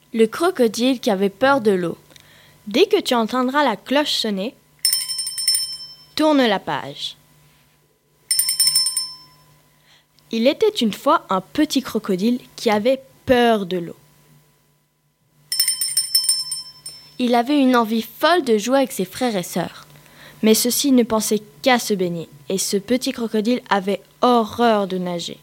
Le crocodile qui avait peur de l'eau. Dès que tu entendras la cloche sonner, tourne la page. Il était une fois un petit crocodile qui avait peur de l'eau. Il avait une envie folle de jouer avec ses frères et sœurs. Mais ceux-ci ne pensaient qu'à se baigner, et ce petit crocodile avait horreur de nager.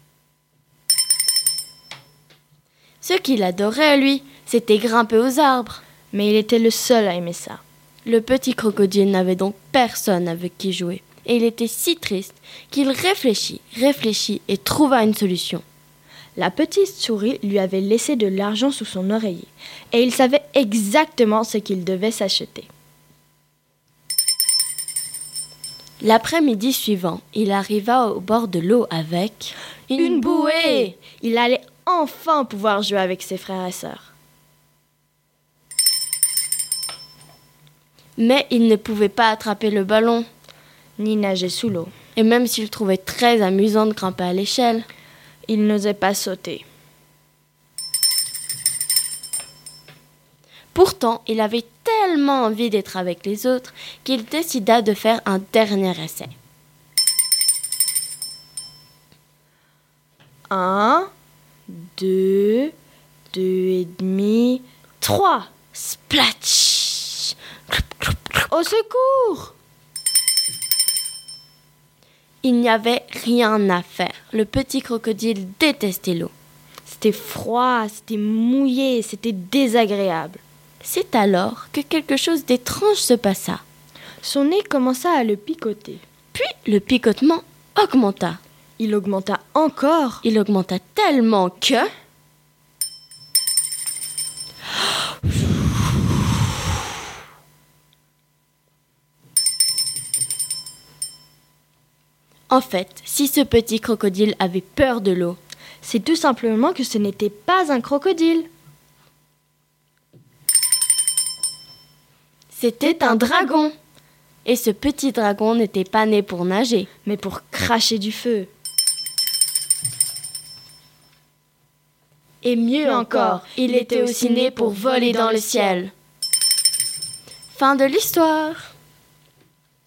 Ce qu'il adorait, lui, c'était grimper aux arbres. Mais il était le seul à aimer ça. Le petit crocodile n'avait donc personne avec qui jouer. Et il était si triste qu'il réfléchit et trouva une solution. La petite souris lui avait laissé de l'argent sous son oreiller, et il savait exactement ce qu'il devait s'acheter. L'après-midi suivant, il arriva au bord de l'eau avec une bouée. Il allait enfin pouvoir jouer avec ses frères et sœurs. Mais il ne pouvait pas attraper le ballon, ni nager sous l'eau. Et même s'il trouvait très amusant de grimper à l'échelle, il n'osait pas sauter. Pourtant, il avait tellement envie d'être avec les autres qu'il décida de faire un dernier essai. 1, 2, 2,5, 3. Splatch! Au secours! Il n'y avait rien à faire. Le petit crocodile détestait l'eau. C'était froid, c'était mouillé, c'était désagréable. C'est alors que quelque chose d'étrange se passa. Son nez commença à le picoter. Puis le picotement augmenta. Il augmenta encore. Il augmenta tellement que... En fait, si ce petit crocodile avait peur de l'eau, c'est tout simplement que ce n'était pas un crocodile. C'était un dragon. Et ce petit dragon n'était pas né pour nager, mais pour cracher du feu. Et mieux encore, il était aussi né pour voler dans le ciel. Fin de l'histoire.